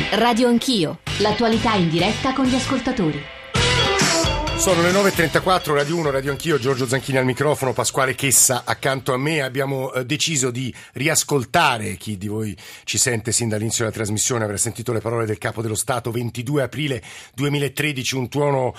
Radio Anch'io, l'attualità in diretta con gli ascoltatori. Sono le 9.34, Radio 1, Radio Anch'io, Giorgio Zanchini al microfono, Pasquale Chessa accanto a me. Abbiamo deciso di riascoltare, chi di voi ci sente sin dall'inizio della trasmissione avrà sentito le parole del Capo dello Stato, 22 aprile 2013, un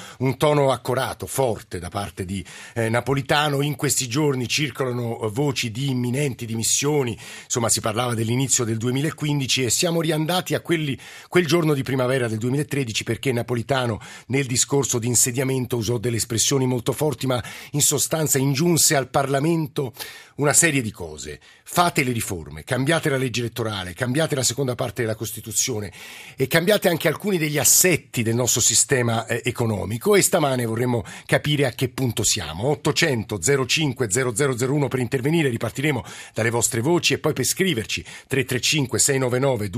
tono accorato, forte da parte di Napolitano. In questi giorni circolano voci di imminenti dimissioni, insomma si parlava dell'inizio del 2015 e siamo riandati a quel giorno di primavera del 2013 perché Napolitano nel discorso di insediamento usò delle espressioni molto forti, ma in sostanza ingiunse al Parlamento una serie di cose. Fate le riforme, cambiate la legge elettorale, cambiate la seconda parte della Costituzione e cambiate anche alcuni degli assetti del nostro sistema economico, e stamane vorremmo capire a che punto siamo. 800 05 0001 per intervenire, ripartiremo dalle vostre voci, e poi per scriverci 335 699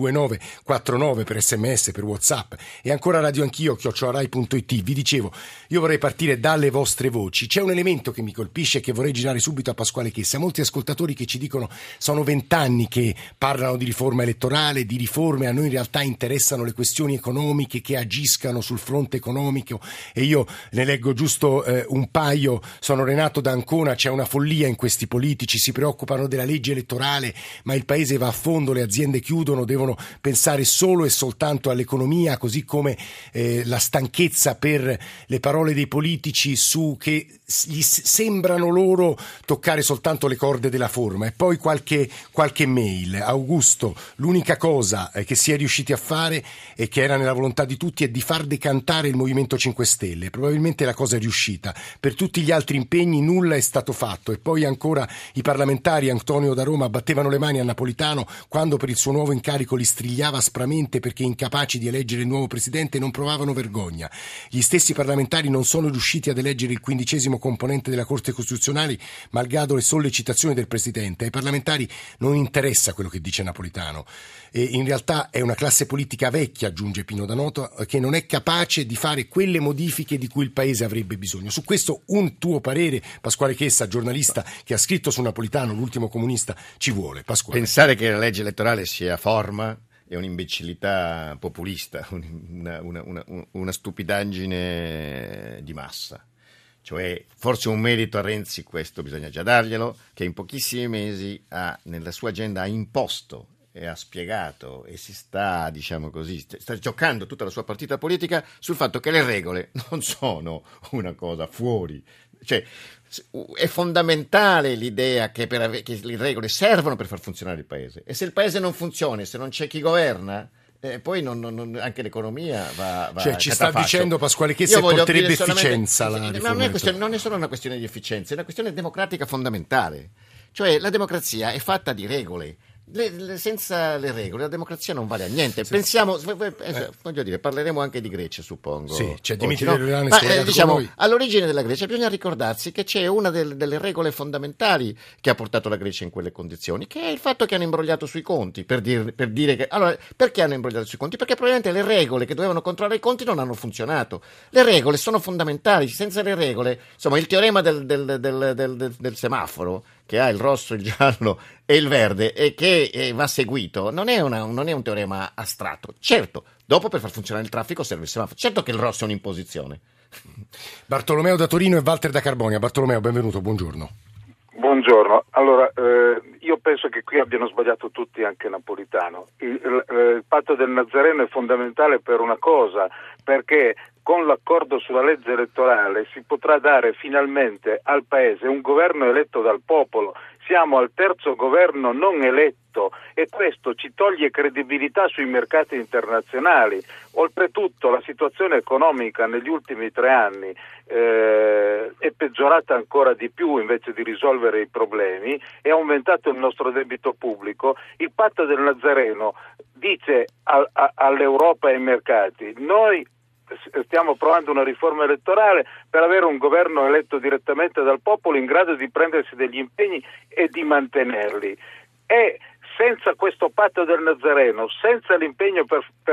2949 per SMS, per WhatsApp, e ancora Radio Anch'io @rai.it. Vi dicevo, io vorrei partire dalle vostre voci. C'è un elemento che mi colpisce e che vorrei girare subito a Pasquale Chessa. Molti ascoltatori che ci dicono: sono 20 anni che parlano di riforma elettorale, di riforme, a noi in realtà interessano le questioni economiche che agiscano sul fronte economico, e io ne leggo giusto un paio. Sono Renato da Ancona: c'è una follia in questi politici, si preoccupano della legge elettorale ma il paese va a fondo, le aziende chiudono, devono pensare solo e soltanto all'economia, così come la stanchezza per le parole dei politici su che gli sembrano loro toccare soltanto le corde della forma. E poi qualche mail. Augusto: l'unica cosa che si è riusciti a fare e che era nella volontà di tutti è di far decantare il Movimento 5 Stelle. Probabilmente la cosa è riuscita. Per tutti gli altri impegni nulla è stato fatto. E poi ancora i parlamentari. Antonio da Roma: battevano le mani a Napolitano quando per il suo nuovo incarico li strigliava aspramente perché incapaci di eleggere il nuovo presidente non provavano vergogna. Gli stessi parlamentari non sono riusciti ad eleggere il 15° componente della Corte Costituzionale malgrado le sollecitazioni del presidente. Ai parlamentari non interessa quello che dice Napolitano, e in realtà è una classe politica vecchia, aggiunge Pino Danoto, che non è capace di fare quelle modifiche di cui il paese avrebbe bisogno. Su questo un tuo parere, Pasquale Chessa, giornalista che ha scritto su Napolitano, l'ultimo comunista, ci vuole. Pasquale. Pensare che la legge elettorale sia forma è un'imbecillità populista, una stupidaggine di massa. Cioè, forse un merito a Renzi, questo bisogna già darglielo, che in pochissimi mesi nella sua agenda ha imposto e ha spiegato e si sta, diciamo così, sta giocando tutta la sua partita politica sul fatto che le regole non sono una cosa fuori. Cioè, è fondamentale l'idea che le regole servono per far funzionare il paese, e se il paese non funziona, se non c'è chi governa, poi anche l'economia va cioè ci sta dicendo Pasquale Chessa che porterebbe efficienza la riforma. Non è solo una questione di efficienza, è una questione democratica fondamentale. Cioè la democrazia è fatta di regole. Senza le regole la democrazia non vale a niente. Sì. Pensiamo, voglio dire, parleremo anche di Grecia, suppongo. Sì, c'è Dimitri Dell'Ulianes. Diciamo, all'origine della Grecia bisogna ricordarsi che c'è una delle regole fondamentali che ha portato la Grecia in quelle condizioni, che è il fatto che hanno imbrogliato sui conti, per dire che allora, perché hanno imbrogliato sui conti? Perché probabilmente le regole che dovevano controllare i conti non hanno funzionato. Le regole sono fondamentali, senza le regole, insomma, il teorema del semaforo, che ha il rosso, il giallo e il verde e che va seguito, non è un teorema astratto. Certo, dopo per far funzionare il traffico serve il semaforo. Certo che il rosso è un'imposizione. Bartolomeo da Torino e Walter da Carbonia. Bartolomeo, benvenuto, buongiorno. Buongiorno. Allora, io penso che qui abbiano sbagliato tutti, anche Napolitano. Il patto del Nazareno è fondamentale per una cosa, perché con l'accordo sulla legge elettorale si potrà dare finalmente al Paese un governo eletto dal popolo. Siamo al terzo governo non eletto e questo ci toglie credibilità sui mercati internazionali. Oltretutto la situazione economica negli ultimi 3 anni è peggiorata ancora di più invece di risolvere i problemi, è aumentato il nostro debito pubblico. Il patto del Nazareno dice all'Europa e ai mercati: noi stiamo provando una riforma elettorale per avere un governo eletto direttamente dal popolo in grado di prendersi degli impegni e di mantenerli. E senza questo patto del Nazareno, senza l'impegno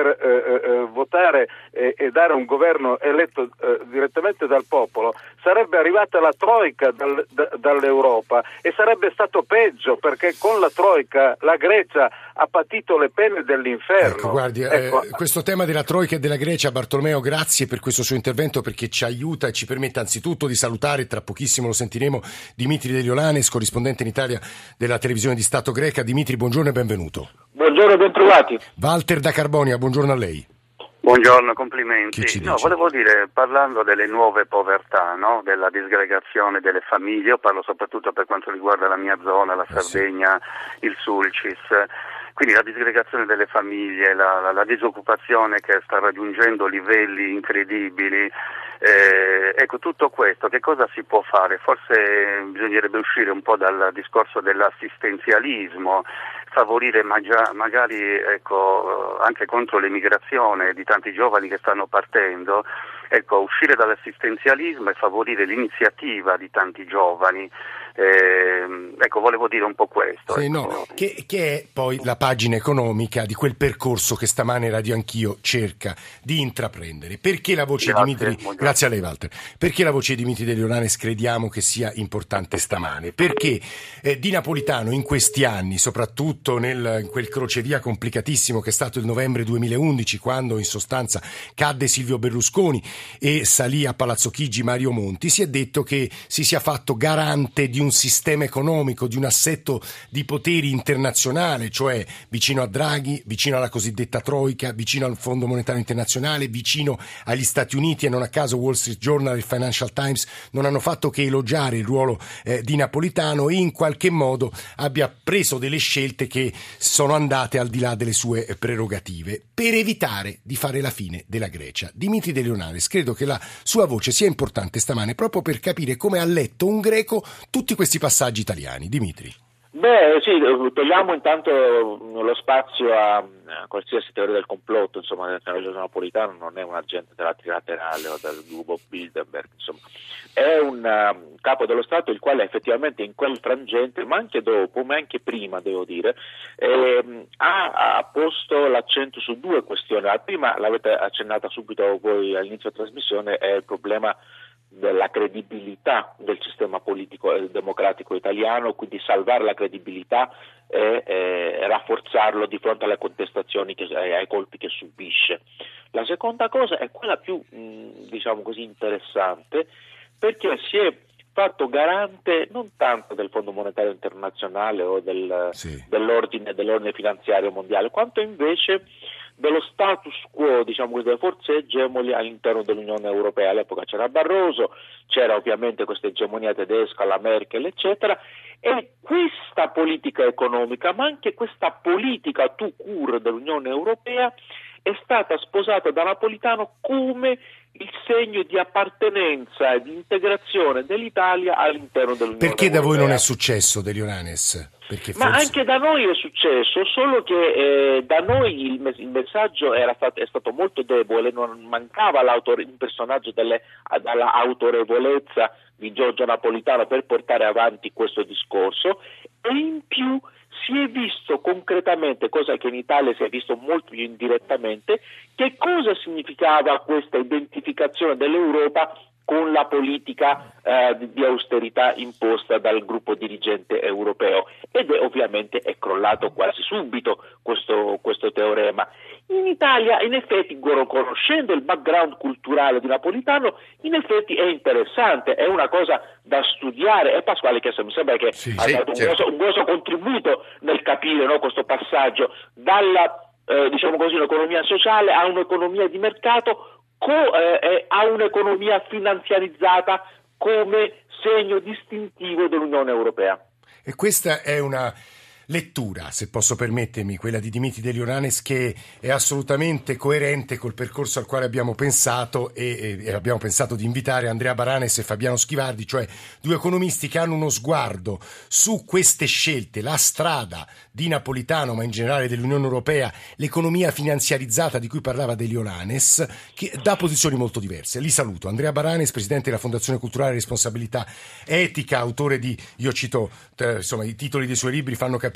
per votare e dare un governo eletto direttamente dal popolo, sarebbe arrivata la troika dall'Europa e sarebbe stato peggio, perché con la troika la Grecia ha patito le pene dell'inferno. Ecco, guardi, questo tema della troika e della Grecia, Bartolomeo, grazie per questo suo intervento, perché ci aiuta e ci permette anzitutto di salutare, tra pochissimo lo sentiremo, Dimitri Delionanis, corrispondente in Italia della televisione di Stato greca. Dimitri, buongiorno e benvenuto. Buongiorno e bentrovati. Walter da Carbonia, buongiorno a lei. Buongiorno, complimenti. Chi ci dice? No, volevo dire, parlando delle nuove povertà, no? Della disgregazione delle famiglie, io parlo soprattutto per quanto riguarda la mia zona, la Sardegna, il Sulcis, quindi la disgregazione delle famiglie, la disoccupazione che sta raggiungendo livelli incredibili. Ecco, tutto questo, che cosa si può fare? Forse bisognerebbe uscire un po' dal discorso dell'assistenzialismo, favorire magari ecco, anche contro l'emigrazione di tanti giovani che stanno partendo, ecco, uscire dall'assistenzialismo e favorire l'iniziativa di tanti giovani. Ecco, volevo dire un po' questo. Sì, ecco. no, che è poi la pagina economica di quel percorso che stamane Radio Anch'io cerca di intraprendere. Perché la voce di Dimitri, grazie a lei Walter, perché la voce di Dimitri Delionanis crediamo che sia importante stamane? Perché Di Napolitano in questi anni, soprattutto in quel crocevia complicatissimo che è stato il novembre 2011, quando in sostanza cadde Silvio Berlusconi e salì a Palazzo Chigi Mario Monti, si è detto che si sia fatto garante di un sistema economico, di un assetto di poteri internazionale, cioè vicino a Draghi, vicino alla cosiddetta Troika, vicino al Fondo Monetario Internazionale, vicino agli Stati Uniti, e non a caso Wall Street Journal e il Financial Times non hanno fatto che elogiare il ruolo di Napolitano, e in qualche modo abbia preso delle scelte che sono andate al di là delle sue prerogative per evitare di fare la fine della Grecia. Dimitri Delionanis, credo che la sua voce sia importante stamane proprio per capire come ha letto un greco tutti questi passaggi italiani. Dimitri. Beh, sì, togliamo intanto lo spazio a qualsiasi teoria del complotto. Insomma, Giorgio Napolitano non è un agente della trilaterale o del gruppo Bilderberg, insomma, è un capo dello Stato il quale effettivamente in quel frangente, ma anche dopo, ma anche prima, devo dire, ha posto l'accento su due questioni. La prima l'avete accennata subito voi all'inizio della trasmissione, è il problema della credibilità del sistema politico e democratico italiano, quindi salvare la credibilità e rafforzarlo di fronte alle contestazioni, ai colpi che subisce. La seconda cosa è quella più, diciamo così, interessante, perché si è fatto garante non tanto del Fondo Monetario Internazionale o dell'ordine finanziario mondiale, quanto invece dello status quo, diciamo così, delle forze egemoni all'interno dell'Unione Europea. All'epoca c'era Barroso, c'era ovviamente questa egemonia tedesca, la Merkel, eccetera, e questa politica economica, ma anche questa politica tout court dell'Unione Europea, è stata sposata da Napolitano come il segno di appartenenza e di integrazione dell'Italia all'interno dell'Unione Europea. Perché da voi non è successo, Delionanis? Ma anche da noi è successo, solo che da noi il messaggio è stato molto debole, non mancava un personaggio dalla autorevolezza di Giorgio Napolitano per portare avanti questo discorso, e in più si è visto concretamente, cosa che in Italia si è visto molto più indirettamente, che cosa significava questa identificazione dell'Europa con la politica di austerità imposta dal gruppo dirigente europeo, ed ovviamente è crollato quasi subito questo teorema. In Italia, in effetti, conoscendo il background culturale di Napolitano, in effetti è interessante, è una cosa da studiare. E Pasquale Chessa mi sembra che ha dato un grosso contributo nel capire, no, questo passaggio dalla diciamo così, un'economia sociale a un'economia di mercato, a un'economia finanziarizzata come segno distintivo dell'Unione Europea. E questa è una lettura, se posso permettermi, quella di Dimitri Delionanis, che è assolutamente coerente col percorso al quale abbiamo pensato e abbiamo pensato di invitare Andrea Baranes e Fabiano Schivardi, cioè due economisti che hanno uno sguardo su queste scelte, la strada di Napolitano, ma in generale dell'Unione Europea, l'economia finanziarizzata di cui parlava Delionanis, che da posizioni molto diverse. Li saluto. Andrea Baranes, presidente della Fondazione Culturale Responsabilità Etica, autore di, io cito, insomma, i titoli dei suoi libri fanno capire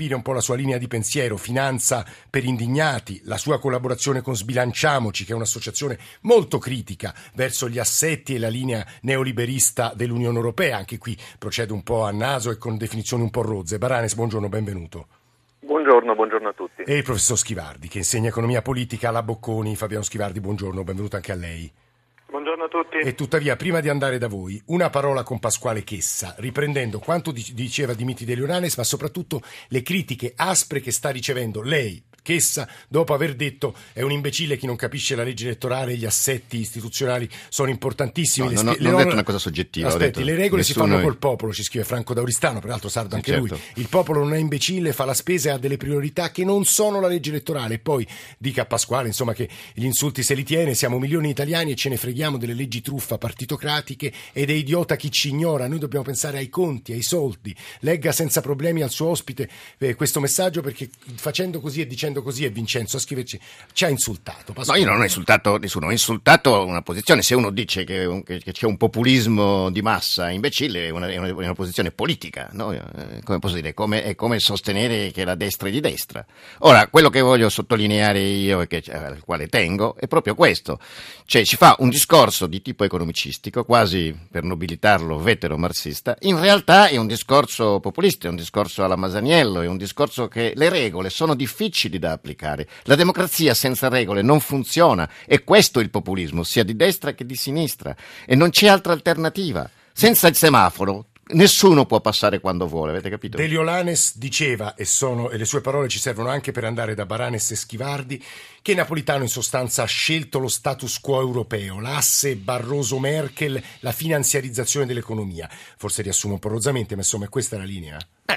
capire un po' la sua linea di pensiero. Finanza per indignati, la sua collaborazione con Sbilanciamoci, che è un'associazione molto critica verso gli assetti e la linea neoliberista dell'Unione Europea. Anche qui procede un po' a naso e con definizioni un po' rozze. Baranes, buongiorno, benvenuto. Buongiorno a tutti. E il professor Schivardi, che insegna economia politica alla Bocconi. Fabiano Schivardi, buongiorno, benvenuto anche a lei. Buongiorno a tutti. E tuttavia, prima di andare da voi, una parola con Pasquale Chessa, riprendendo quanto diceva Dimitri De Leonanes, ma soprattutto le critiche aspre che sta ricevendo lei, Chessa, dopo aver detto è un imbecille chi non capisce la legge elettorale, gli assetti istituzionali sono importantissimi. Non ho detto una cosa soggettiva. Aspetti, le regole si fanno col popolo, ci scrive Franco D'Auristano, peraltro sardo anche certo. lui. Il popolo non è imbecille, fa la spesa e ha delle priorità che non sono la legge elettorale. E poi dica a Pasquale, insomma, che gli insulti se li tiene, siamo milioni di italiani e ce ne freghiamo delle leggi truffa partitocratiche ed è idiota chi ci ignora. Noi dobbiamo pensare ai conti, ai soldi. Legga senza problemi al suo ospite questo messaggio, perché facendo così e dicendo così, e Vincenzo a scriverci ci ha insultato. Pasquale. No, io non ho insultato nessuno, ho insultato una posizione. Se uno dice che c'è un populismo di massa imbecille, è una posizione politica, no? Come posso dire, è come sostenere che la destra è di destra. Ora, quello che voglio sottolineare io e al quale tengo è proprio questo, cioè si fa un discorso di tipo economicistico, quasi per nobilitarlo vetero-marxista. In realtà è un discorso populista, è un discorso alla Masaniello, è un discorso che le regole sono difficili da applicare. La democrazia senza regole non funziona, e questo è il populismo, sia di destra che di sinistra, e non c'è altra alternativa. Senza il semaforo nessuno può passare quando vuole, avete capito? De Leonanes diceva, e le sue parole ci servono anche per andare da Baranes e Schivardi, che Napolitano in sostanza ha scelto lo status quo europeo, l'asse Barroso-Merkel, la finanziarizzazione dell'economia. Forse riassumo un po' rozzamente, ma insomma questa è la linea.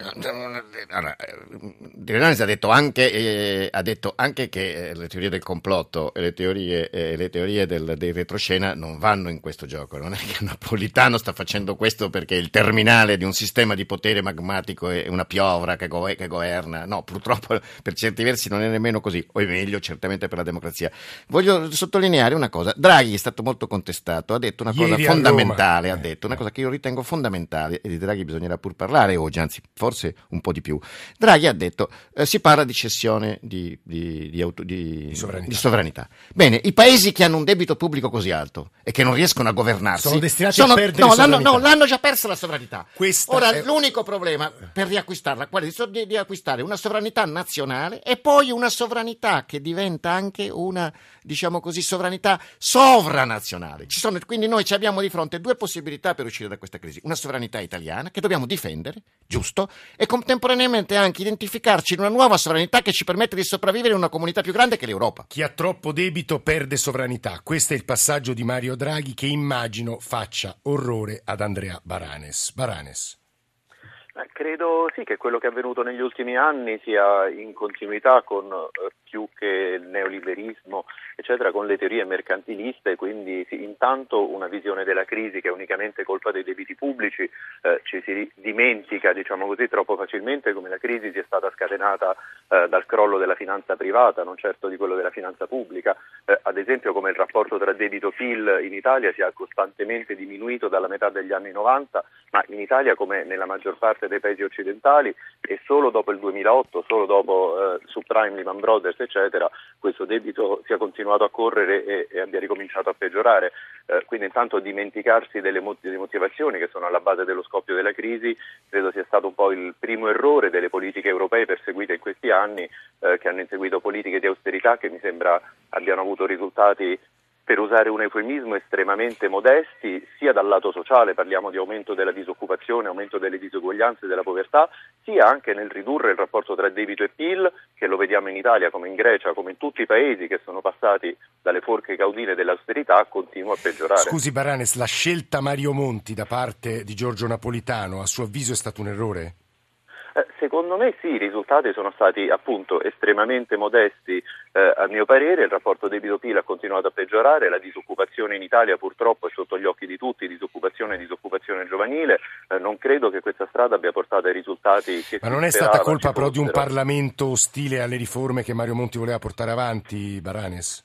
Allora, De Leonanes ha detto anche che le teorie del complotto e le teorie del retroscena non vanno in questo gioco. Non è che Napolitano sta facendo questo perché è il terminale di un sistema di potere magmatico e una piovra che governa. No, purtroppo per certi versi non è nemmeno così, o è meglio certamente per la democrazia. Voglio sottolineare una cosa. Draghi è stato molto contestato, ha detto una cosa fondamentale, ha detto una cosa che io ritengo fondamentale, e di Draghi bisognerà pur parlare oggi, anzi forse un po' di più. Draghi ha detto si parla di cessione di sovranità. Bene, i paesi che hanno un debito pubblico così alto e che non riescono a governarsi sono destinati a perdere sovranità. L'hanno già persa la sovranità. Ora è l'unico problema per riacquistarla qual è? Di acquistare una sovranità nazionale e poi una sovranità che diventa anche una, diciamo così, sovranità sovranazionale. Quindi noi ci abbiamo di fronte due possibilità per uscire da questa crisi: una sovranità italiana che dobbiamo difendere, giusto, e contemporaneamente anche identificarci in una nuova sovranità che ci permette di sopravvivere in una comunità più grande che l'Europa. Chi ha troppo debito perde sovranità. Questo è il passaggio di Mario Draghi, che immagino faccia orrore ad Andrea Baranes. Credo sì che quello che è avvenuto negli ultimi anni sia in continuità con più che il neoliberismo, eccetera, con le teorie mercantiliste, quindi sì, intanto una visione della crisi che è unicamente colpa dei debiti pubblici, ci si dimentica, diciamo così, troppo facilmente come la crisi sia stata scatenata dal crollo della finanza privata, non certo di quello della finanza pubblica, ad esempio come il rapporto tra debito-PIL in Italia sia costantemente diminuito dalla metà degli anni 90, ma in Italia come nella maggior parte dei paesi occidentali e solo dopo il 2008, solo dopo subprime, Lehman Brothers, eccetera, questo debito sia continuato a correre e abbia ricominciato a peggiorare. Quindi intanto dimenticarsi delle motivazioni che sono alla base dello scoppio della crisi credo sia stato un po' il primo errore delle politiche europee perseguite in questi anni, che hanno inseguito politiche di austerità che mi sembra abbiano avuto risultati, per usare un eufemismo, estremamente modesti, sia dal lato sociale, parliamo di aumento della disoccupazione, aumento delle disuguaglianze e della povertà, sia anche nel ridurre il rapporto tra debito e PIL, che lo vediamo in Italia come in Grecia, come in tutti i paesi che sono passati dalle forche caudine dell'austerità, continua a peggiorare. Scusi Baranes, la scelta Mario Monti da parte di Giorgio Napolitano, a suo avviso è stato un errore? Secondo me sì, i risultati sono stati appunto estremamente modesti, a mio parere. Il rapporto debito-PIL ha continuato a peggiorare, la disoccupazione in Italia purtroppo è sotto gli occhi di tutti, disoccupazione giovanile. Non credo che questa strada abbia portato ai risultati che Ma non è stata colpa però di un Parlamento ostile alle riforme che Mario Monti voleva portare avanti, Baranes?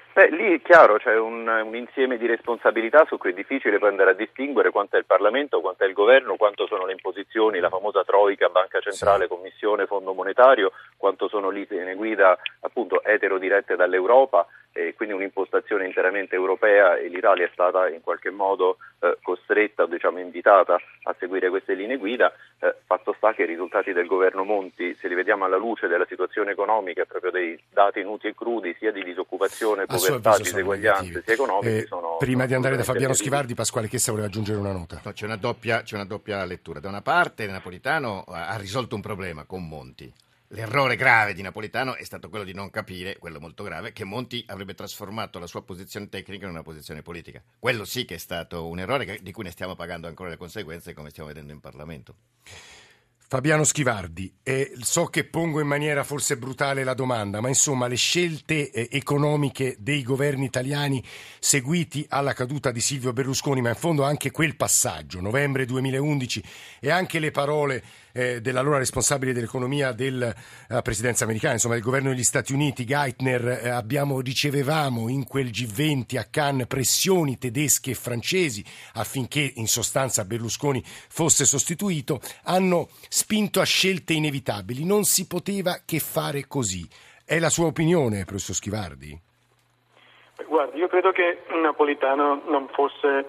Lì è chiaro, c'è un insieme di responsabilità su cui è difficile poi andare a distinguere quanto è il Parlamento, quanto è il governo, quanto sono le imposizioni, la famosa troica, Banca Centrale, Commissione, Fondo Monetario, quanto sono linee guida appunto etero-dirette dall'Europa, e quindi un'impostazione interamente europea, e l'Italia è stata in qualche modo costretta, invitata a seguire queste linee guida. Fatto sta che i risultati del governo Monti, se li vediamo alla luce della situazione economica, proprio dei dati nudi e crudi, sia di disoccupazione, povertà, diseguaglianze, sia economici, prima di andare da Fabiano Schivardi, Pasquale Chessa voleva aggiungere una nota. No, c'è una doppia lettura. Da una parte Napolitano ha risolto un problema con Monti. L'errore grave di Napolitano è stato quello di non capire, quello molto grave, che Monti avrebbe trasformato la sua posizione tecnica in una posizione politica. Quello sì che è stato un errore di cui ne stiamo pagando ancora le conseguenze, come stiamo vedendo in Parlamento. Fabiano Schivardi, so che pongo in maniera forse brutale la domanda, ma insomma le scelte economiche dei governi italiani seguiti alla caduta di Silvio Berlusconi, ma in fondo anche quel passaggio, novembre 2011, e anche le parole dell'allora responsabile dell'economia della presidenza americana, insomma del governo degli Stati Uniti, Geithner, ricevevamo in quel G20 a Cannes pressioni tedesche e francesi affinché in sostanza Berlusconi fosse sostituito, hanno spinto a scelte inevitabili. Non si poteva che fare così. È la sua opinione, professor Schivardi? Guardi, io credo che Napolitano non fosse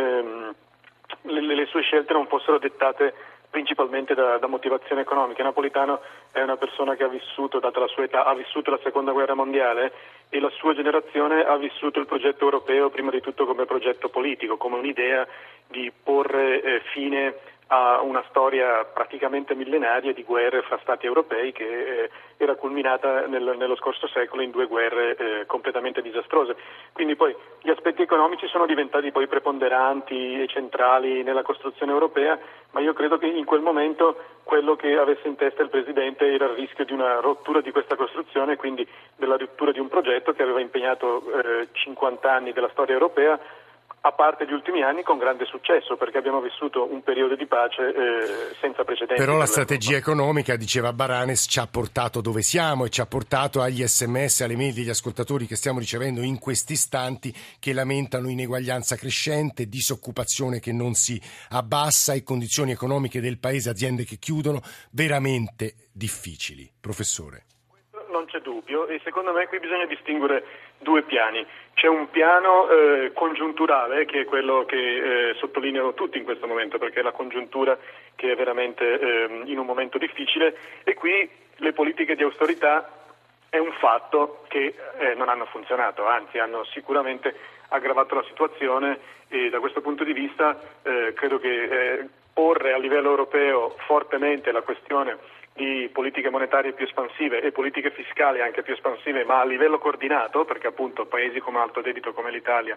le sue scelte non fossero dettate principalmente da motivazione economica. Napolitano è una persona che ha vissuto, data la sua età, ha vissuto la seconda guerra mondiale, e la sua generazione ha vissuto il progetto europeo prima di tutto come progetto politico, come un'idea di porre fine a una storia praticamente millenaria di guerre fra stati europei che era culminata nello scorso secolo in due guerre completamente disastrose. Quindi poi gli aspetti economici sono diventati poi preponderanti e centrali nella costruzione europea, ma io credo che in quel momento quello che avesse in testa il Presidente era il rischio di una rottura di questa costruzione, quindi della rottura di un progetto che aveva impegnato 50 anni della storia europea, a parte gli ultimi anni, con grande successo, perché abbiamo vissuto un periodo di pace senza precedenti. Però la strategia economica, diceva Baranes, ci ha portato dove siamo e ci ha portato agli SMS, alle mail degli ascoltatori che stiamo ricevendo in questi istanti, che lamentano ineguaglianza crescente, disoccupazione che non si abbassa e condizioni economiche del paese, aziende che chiudono, veramente difficili. Professore. Non c'è dubbio, e secondo me qui bisogna distinguere due piani. C'è un piano congiunturale, che è quello che sottolineano tutti in questo momento, perché è la congiuntura che è veramente in un momento difficile, e qui le politiche di austerità è un fatto che non hanno funzionato, anzi hanno sicuramente aggravato la situazione, e da questo punto di vista credo che porre a livello europeo fortemente la questione di politiche monetarie più espansive e politiche fiscali anche più espansive, ma a livello coordinato, perché appunto paesi come alto debito come l'Italia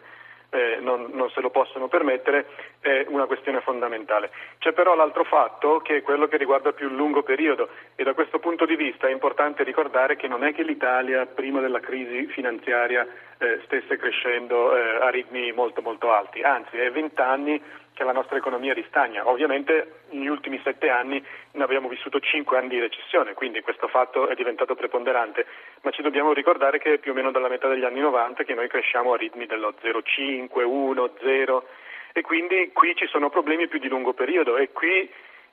non se lo possono permettere, è una questione fondamentale. C'è però l'altro fatto, che è quello che riguarda più il lungo periodo, e da questo punto di vista è importante ricordare che non è che l'Italia prima della crisi finanziaria stesse crescendo a ritmi molto molto alti, anzi è 20 anni che la nostra economia ristagna. Ovviamente negli ultimi 7 anni ne abbiamo vissuto 5 anni di recessione, quindi questo fatto è diventato preponderante, ma ci dobbiamo ricordare che è più o meno dalla metà degli anni 90 che noi cresciamo a ritmi dello 0,5, 1, 0, e quindi qui ci sono problemi più di lungo periodo, e qui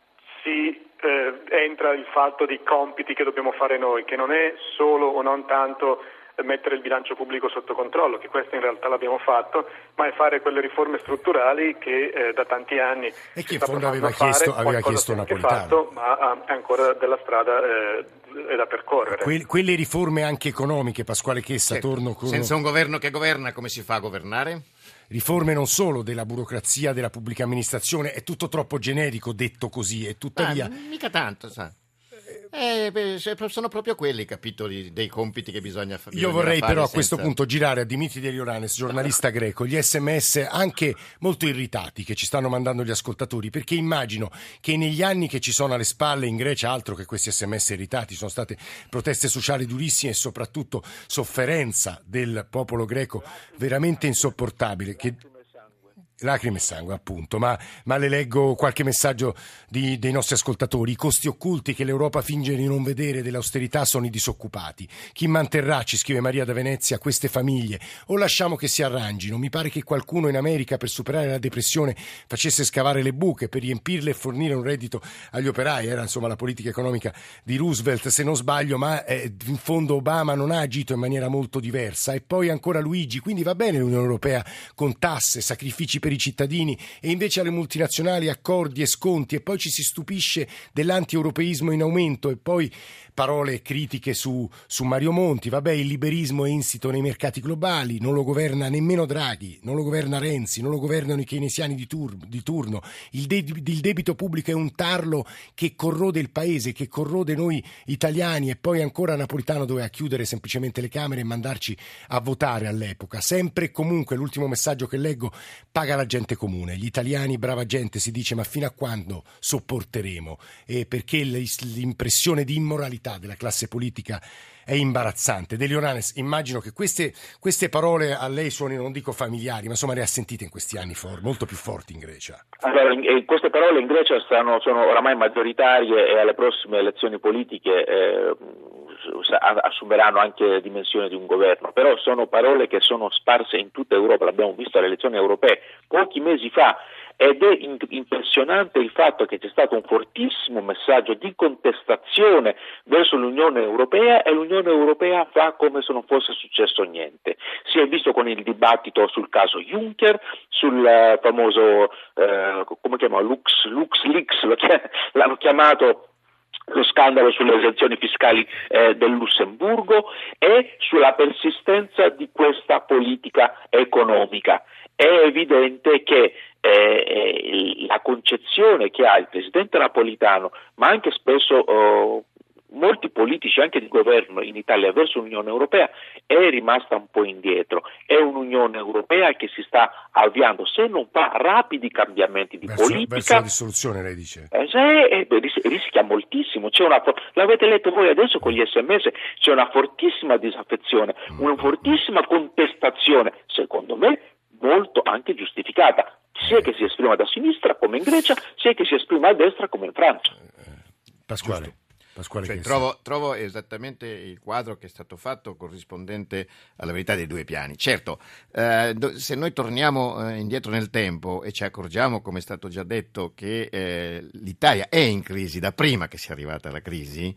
si entra il fatto dei compiti che dobbiamo fare noi, che non è solo o non tanto mettere il bilancio pubblico sotto controllo, che questo in realtà l'abbiamo fatto, ma è fare quelle riforme strutturali che da tanti anni e che in fondo aveva chiesto Napolitano, ma ha ancora della strada da percorrere. Quelle riforme anche economiche, Pasquale Chessa, senza un governo che governa, come si fa a governare? Riforme non solo della burocrazia, della pubblica amministrazione, è tutto troppo generico detto così, e tuttavia mica tanto, sa. Sono proprio quelli i capitoli dei compiti che bisogna fare. Io vorrei però a questo punto girare a Dimitri Delioranes, giornalista greco, gli SMS anche molto irritati che ci stanno mandando gli ascoltatori, perché immagino che negli anni che ci sono alle spalle in Grecia, altro che questi SMS irritati, sono state proteste sociali durissime e soprattutto sofferenza del popolo greco veramente insopportabile, Lacrime e sangue, appunto, ma le leggo qualche messaggio dei nostri ascoltatori. I costi occulti che l'Europa finge di non vedere dell'austerità sono i disoccupati. Chi manterrà, ci scrive Maria da Venezia, queste famiglie? O lasciamo che si arrangino? Mi pare che qualcuno in America, per superare la depressione, facesse scavare le buche per riempirle e fornire un reddito agli operai. Era insomma la politica economica di Roosevelt, se non sbaglio, ma in fondo Obama non ha agito in maniera molto diversa. E poi ancora Luigi, quindi va bene l'Unione Europea con tasse, sacrifici per i cittadini, e invece alle multinazionali accordi e sconti, e poi ci si stupisce dell'anti-europeismo in aumento, e poi parole critiche su Mario Monti. Vabbè, il liberismo è insito nei mercati globali, non lo governa nemmeno Draghi, non lo governa Renzi, non lo governano i keynesiani di turno. Il debito pubblico è un tarlo che corrode il paese, che corrode noi italiani, e poi ancora Napolitano doveva chiudere semplicemente le Camere e mandarci a votare all'epoca. Sempre e comunque, l'ultimo messaggio che leggo, paga la gente comune, gli italiani, brava gente, si dice, ma fino a quando sopporteremo? Perché l'impressione di immoralità della classe politica è imbarazzante. De Leonanes, immagino che queste parole a lei suonino, non dico familiari, ma insomma le ha sentite in questi anni molto più forti in Grecia. Allora, queste parole in Grecia sono oramai maggioritarie, e alle prossime elezioni politiche assumeranno anche dimensione di un governo, però sono parole che sono sparse in tutta Europa, l'abbiamo visto alle elezioni europee pochi mesi fa, ed è impressionante il fatto che c'è stato un fortissimo messaggio di contestazione verso l'Unione Europea, e l'Unione Europea fa come se non fosse successo niente. Si è visto con il dibattito sul caso Juncker, sul famoso LuxLeaks, l'hanno chiamato, lo scandalo sulle esenzioni fiscali del Lussemburgo, e sulla persistenza di questa politica economica. È evidente che la concezione che ha il presidente Napolitano, ma anche spesso molti politici anche di governo in Italia verso l'Unione Europea, è rimasta un po' indietro. È un'Unione Europea che si sta avviando, se non fa rapidi cambiamenti di politica, verso la dissoluzione, lei dice? Rischia moltissimo. L'avete letto voi adesso con gli SMS, c'è una fortissima disaffezione, una fortissima contestazione, secondo me molto anche giustificata, sia che si esprima da sinistra come in Grecia, sia che si esprima a destra come in Francia. Pasquale, cioè, trovo esattamente il quadro che è stato fatto corrispondente alla verità dei due piani. Certo, se noi torniamo indietro nel tempo e ci accorgiamo, come è stato già detto, che l'Italia è in crisi da prima che sia arrivata alla crisi,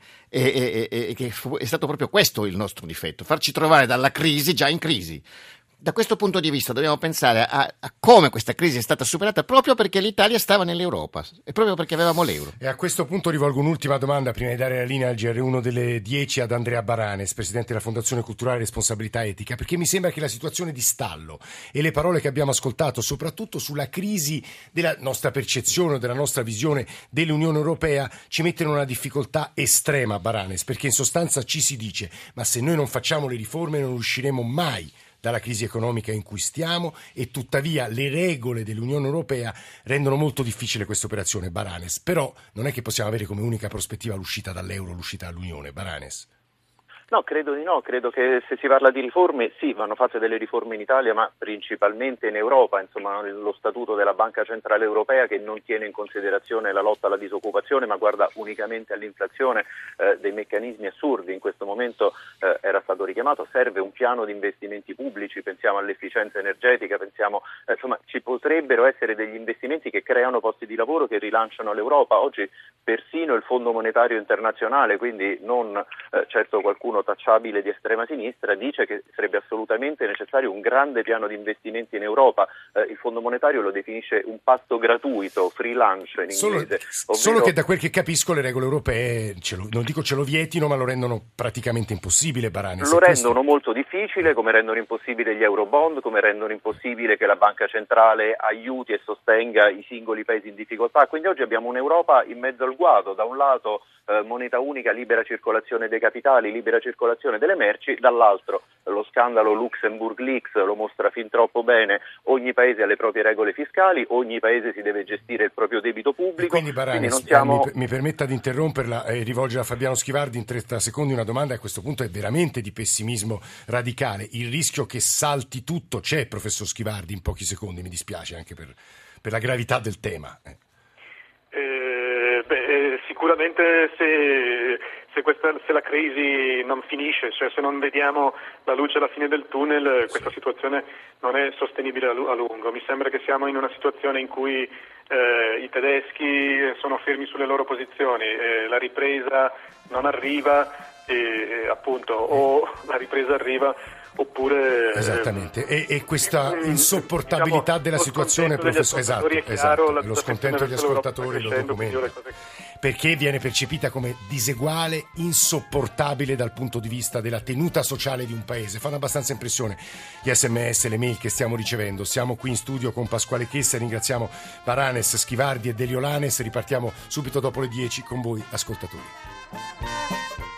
e che è stato proprio questo il nostro difetto, farci trovare dalla crisi già in crisi. Da questo punto di vista dobbiamo pensare a come questa crisi è stata superata, proprio perché l'Italia stava nell'Europa e proprio perché avevamo l'euro. E a questo punto rivolgo un'ultima domanda prima di dare la linea al GR1 delle 10 ad Andrea Baranes, presidente della Fondazione Culturale Responsabilità Etica, perché mi sembra che la situazione di stallo e le parole che abbiamo ascoltato, soprattutto sulla crisi della nostra percezione o della nostra visione dell'Unione Europea, ci mettono in una difficoltà estrema, Baranes, perché in sostanza ci si dice: ma se noi non facciamo le riforme non usciremo mai dalla crisi economica in cui stiamo, e tuttavia le regole dell'Unione Europea rendono molto difficile questa operazione, Baranes. Però non è che possiamo avere come unica prospettiva l'uscita dall'euro, l'uscita dall'Unione, Baranes. No, credo di no, credo che se si parla di riforme, sì, vanno fatte delle riforme in Italia, ma principalmente in Europa, insomma lo statuto della Banca Centrale Europea, che non tiene in considerazione la lotta alla disoccupazione, ma guarda unicamente all'inflazione, dei meccanismi assurdi. In questo momento era stato richiamato, serve un piano di investimenti pubblici, pensiamo all'efficienza energetica, pensiamo, insomma ci potrebbero essere degli investimenti che creano posti di lavoro, che rilanciano l'Europa. Oggi persino il Fondo Monetario Internazionale, quindi non certo qualcuno tacciabile di estrema sinistra, dice che sarebbe assolutamente necessario un grande piano di investimenti in Europa. Il Fondo Monetario lo definisce un pasto gratuito, free lunch in inglese. Solo che da quel che capisco le regole europee, non dico ce lo vietino, ma lo rendono praticamente impossibile, Baranes. Lo rendono molto difficile, come rendono impossibile gli eurobond, come rendono impossibile che la Banca Centrale aiuti e sostenga i singoli paesi in difficoltà. Quindi oggi abbiamo un'Europa in mezzo al guado, da un lato moneta unica, libera circolazione dei capitali, libera circolazione delle merci, dall'altro lo scandalo Luxembourg Leaks lo mostra fin troppo bene, ogni paese ha le proprie regole fiscali, ogni paese si deve gestire il proprio debito pubblico. Quindi Baranes, non siamo... mi permetta di interromperla e rivolgere a Fabiano Schivardi in 30 secondi una domanda, a questo punto è veramente di pessimismo radicale. Il rischio che salti tutto c'è, professor Schivardi, in pochi secondi, mi dispiace anche per la gravità del tema. Sicuramente se la crisi non finisce, cioè se non vediamo la luce alla fine del tunnel, questa situazione non è sostenibile a lungo. Mi sembra che siamo in una situazione in cui i tedeschi sono fermi sulle loro posizioni, la ripresa non arriva e appunto o la ripresa arriva oppure esattamente e questa insopportabilità della situazione, professore, esatto, lo scontento degli ascoltatori lo documenta, perché viene percepita come diseguale, insopportabile dal punto di vista della tenuta sociale di un paese. Fanno abbastanza impressione gli SMS, le mail che stiamo ricevendo. Siamo qui in studio con Pasquale Chessa, ringraziamo Baranes, Schivardi e Deliolanes. Ripartiamo subito dopo le 10 con voi ascoltatori.